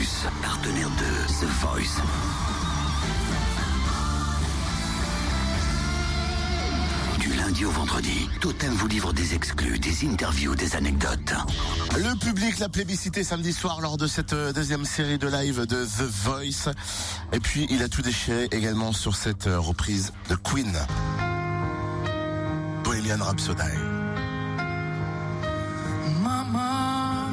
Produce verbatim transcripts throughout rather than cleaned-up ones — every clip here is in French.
Plus, partenaire de The Voice. Du lundi au vendredi, Totem vous livre des exclus, des interviews, des anecdotes. Le public l'a plébiscité samedi soir lors de cette deuxième série de live de The Voice. Et puis, il a tout déchiré également sur cette reprise de Queen. Bohemian Rhapsody. Mama,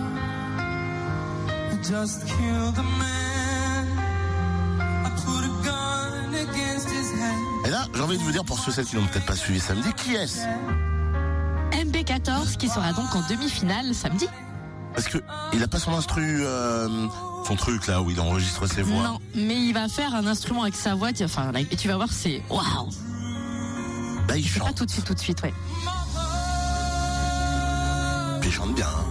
just killed a man. I put a gun against his head. Et là, j'ai envie de vous dire, pour ceux et celles qui n'ont peut-être pas suivi samedi, qui est-ce ? M B quatorze qui sera donc en demi-finale samedi. Parce que il a pas son instru, euh, son truc là où il enregistre ses voix. Non, mais il va faire un instrument avec sa voix. Enfin, là, et tu vas voir, c'est waouh. Là, il chante. Pas tout de suite, tout de suite, ouais. Puis il chante bien. Hein.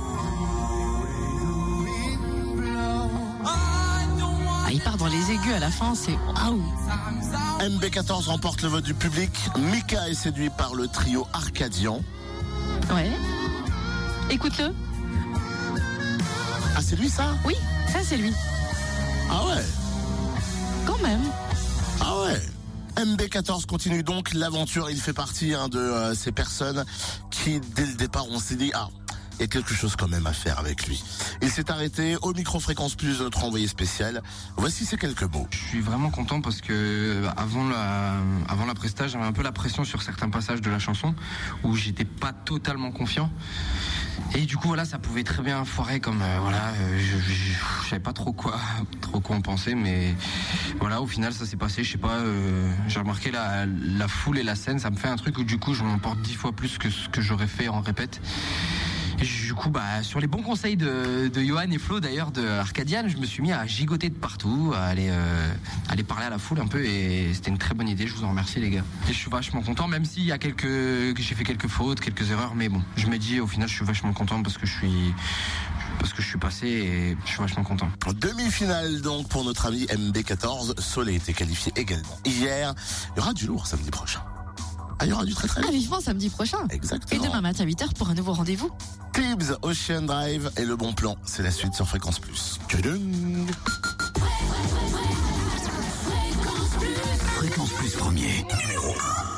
Ah, il part dans les aigus à la fin, c'est waouh. M B quatorze remporte le vote du public. Mika est séduit par le trio Arcadian. Ouais. Écoute-le. Ah, c'est lui ça ? Oui, ça c'est lui. Ah ouais. Quand même. Ah ouais. M B quatorze continue donc l'aventure. Il fait partie hein, de euh, ces personnes qui, dès le départ, on s'est dit, ah, il y a quelque chose quand même à faire avec lui. Il s'est arrêté au micro Fréquence Plus de notre envoyé spécial. Voici ces quelques mots. Je suis vraiment content parce que avant la, avant la presta, j'avais un peu la pression sur certains passages de la chanson où j'étais pas totalement confiant. Et du coup voilà, ça pouvait très bien foirer comme euh, voilà, euh, je, je, je savais pas trop quoi, trop quoi en penser, mais voilà, au final ça s'est passé. Je sais pas, euh, j'ai remarqué la, la foule et la scène, ça me fait un truc où du coup je m'emporte dix fois plus que ce que j'aurais fait en répète. Et du coup, bah, sur les bons conseils de, de Johan et Flo, d'ailleurs, de Arcadian, je me suis mis à gigoter de partout, à aller, euh, aller parler à la foule un peu, et c'était une très bonne idée. Je vous en remercie, les gars. Et je suis vachement content, même s'il y a quelques, que j'ai fait quelques fautes, quelques erreurs, mais bon, je me dis, au final, je suis vachement content parce que je suis, parce que je suis passé et je suis vachement content. En demi-finale, donc, pour notre ami M B quatorze. Soleil était qualifié également hier. Il y aura du lourd samedi prochain. Ah, il y aura du très très Ah, vivement samedi prochain. Exactement. Et demain matin à huit heures pour un nouveau rendez-vous. Tibbs, Ocean Drive et Le Bon Plan. C'est la suite sur Fréquence Plus. Fréquence Plus premier, numéro un.